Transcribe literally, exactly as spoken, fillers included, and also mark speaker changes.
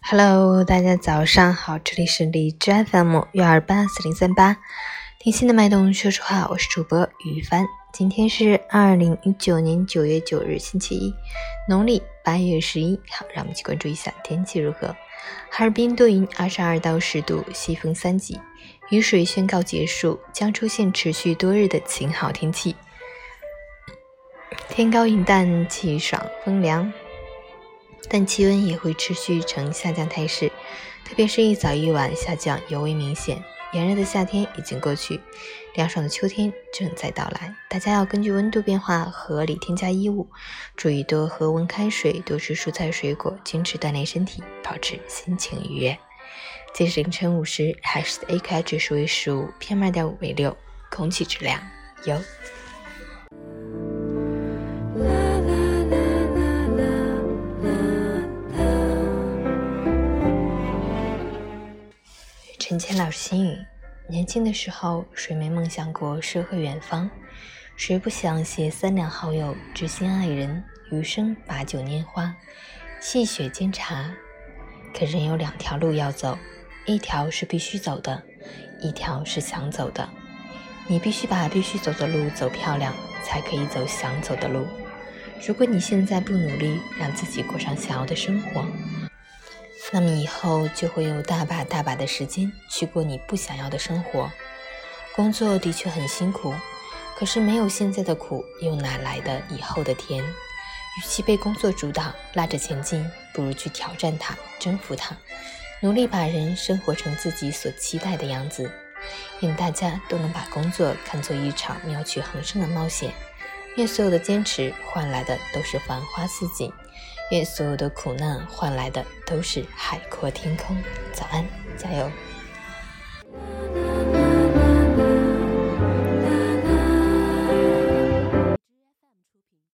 Speaker 1: Hello， 大家早上好，这里是荔枝 F M 幺二八四零三八，听心的脉动，说实话，我是主播于帆。今天是二零一九年九月九日，星期一，农历八月十一。好，让我们去关注一下天气如何。哈尔滨多云，二十二到十度，西风三级，雨水宣告结束，将出现持续多日的晴好天气。天高云淡，气爽风凉，但气温也会持续呈下降态势，特别是一早一晚下降尤为明显。炎热的夏天已经过去，凉爽的秋天正在到来，大家要根据温度变化合理添加衣物，注意多喝温开水，多吃蔬菜水果，坚持锻炼身体，保持心情愉悦。截至凌晨五时，海市的 A Q I 指数为十五 P M 二点五 为六，空气质量优。陈谦老师心语：年轻的时候，谁没梦想过诗和远方？谁不想携三两好友，知心爱人，余生把酒拈花，细雪煎茶？可人有两条路要走，一条是必须走的，一条是想走的。你必须把必须走的路走漂亮，才可以走想走的路。如果你现在不努力，让自己过上想要的生活，那么以后就会有大把大把的时间去过你不想要的生活。工作的确很辛苦，可是没有现在的苦，又哪来的以后的甜？与其被工作主导拉着前进，不如去挑战它，征服它，努力把人生活成自己所期待的样子。愿大家都能把工作看作一场妙趣横生的冒险，愿所有的坚持换来的都是繁花似锦，愿所有的苦难换来的都是海阔天空。早安，加油！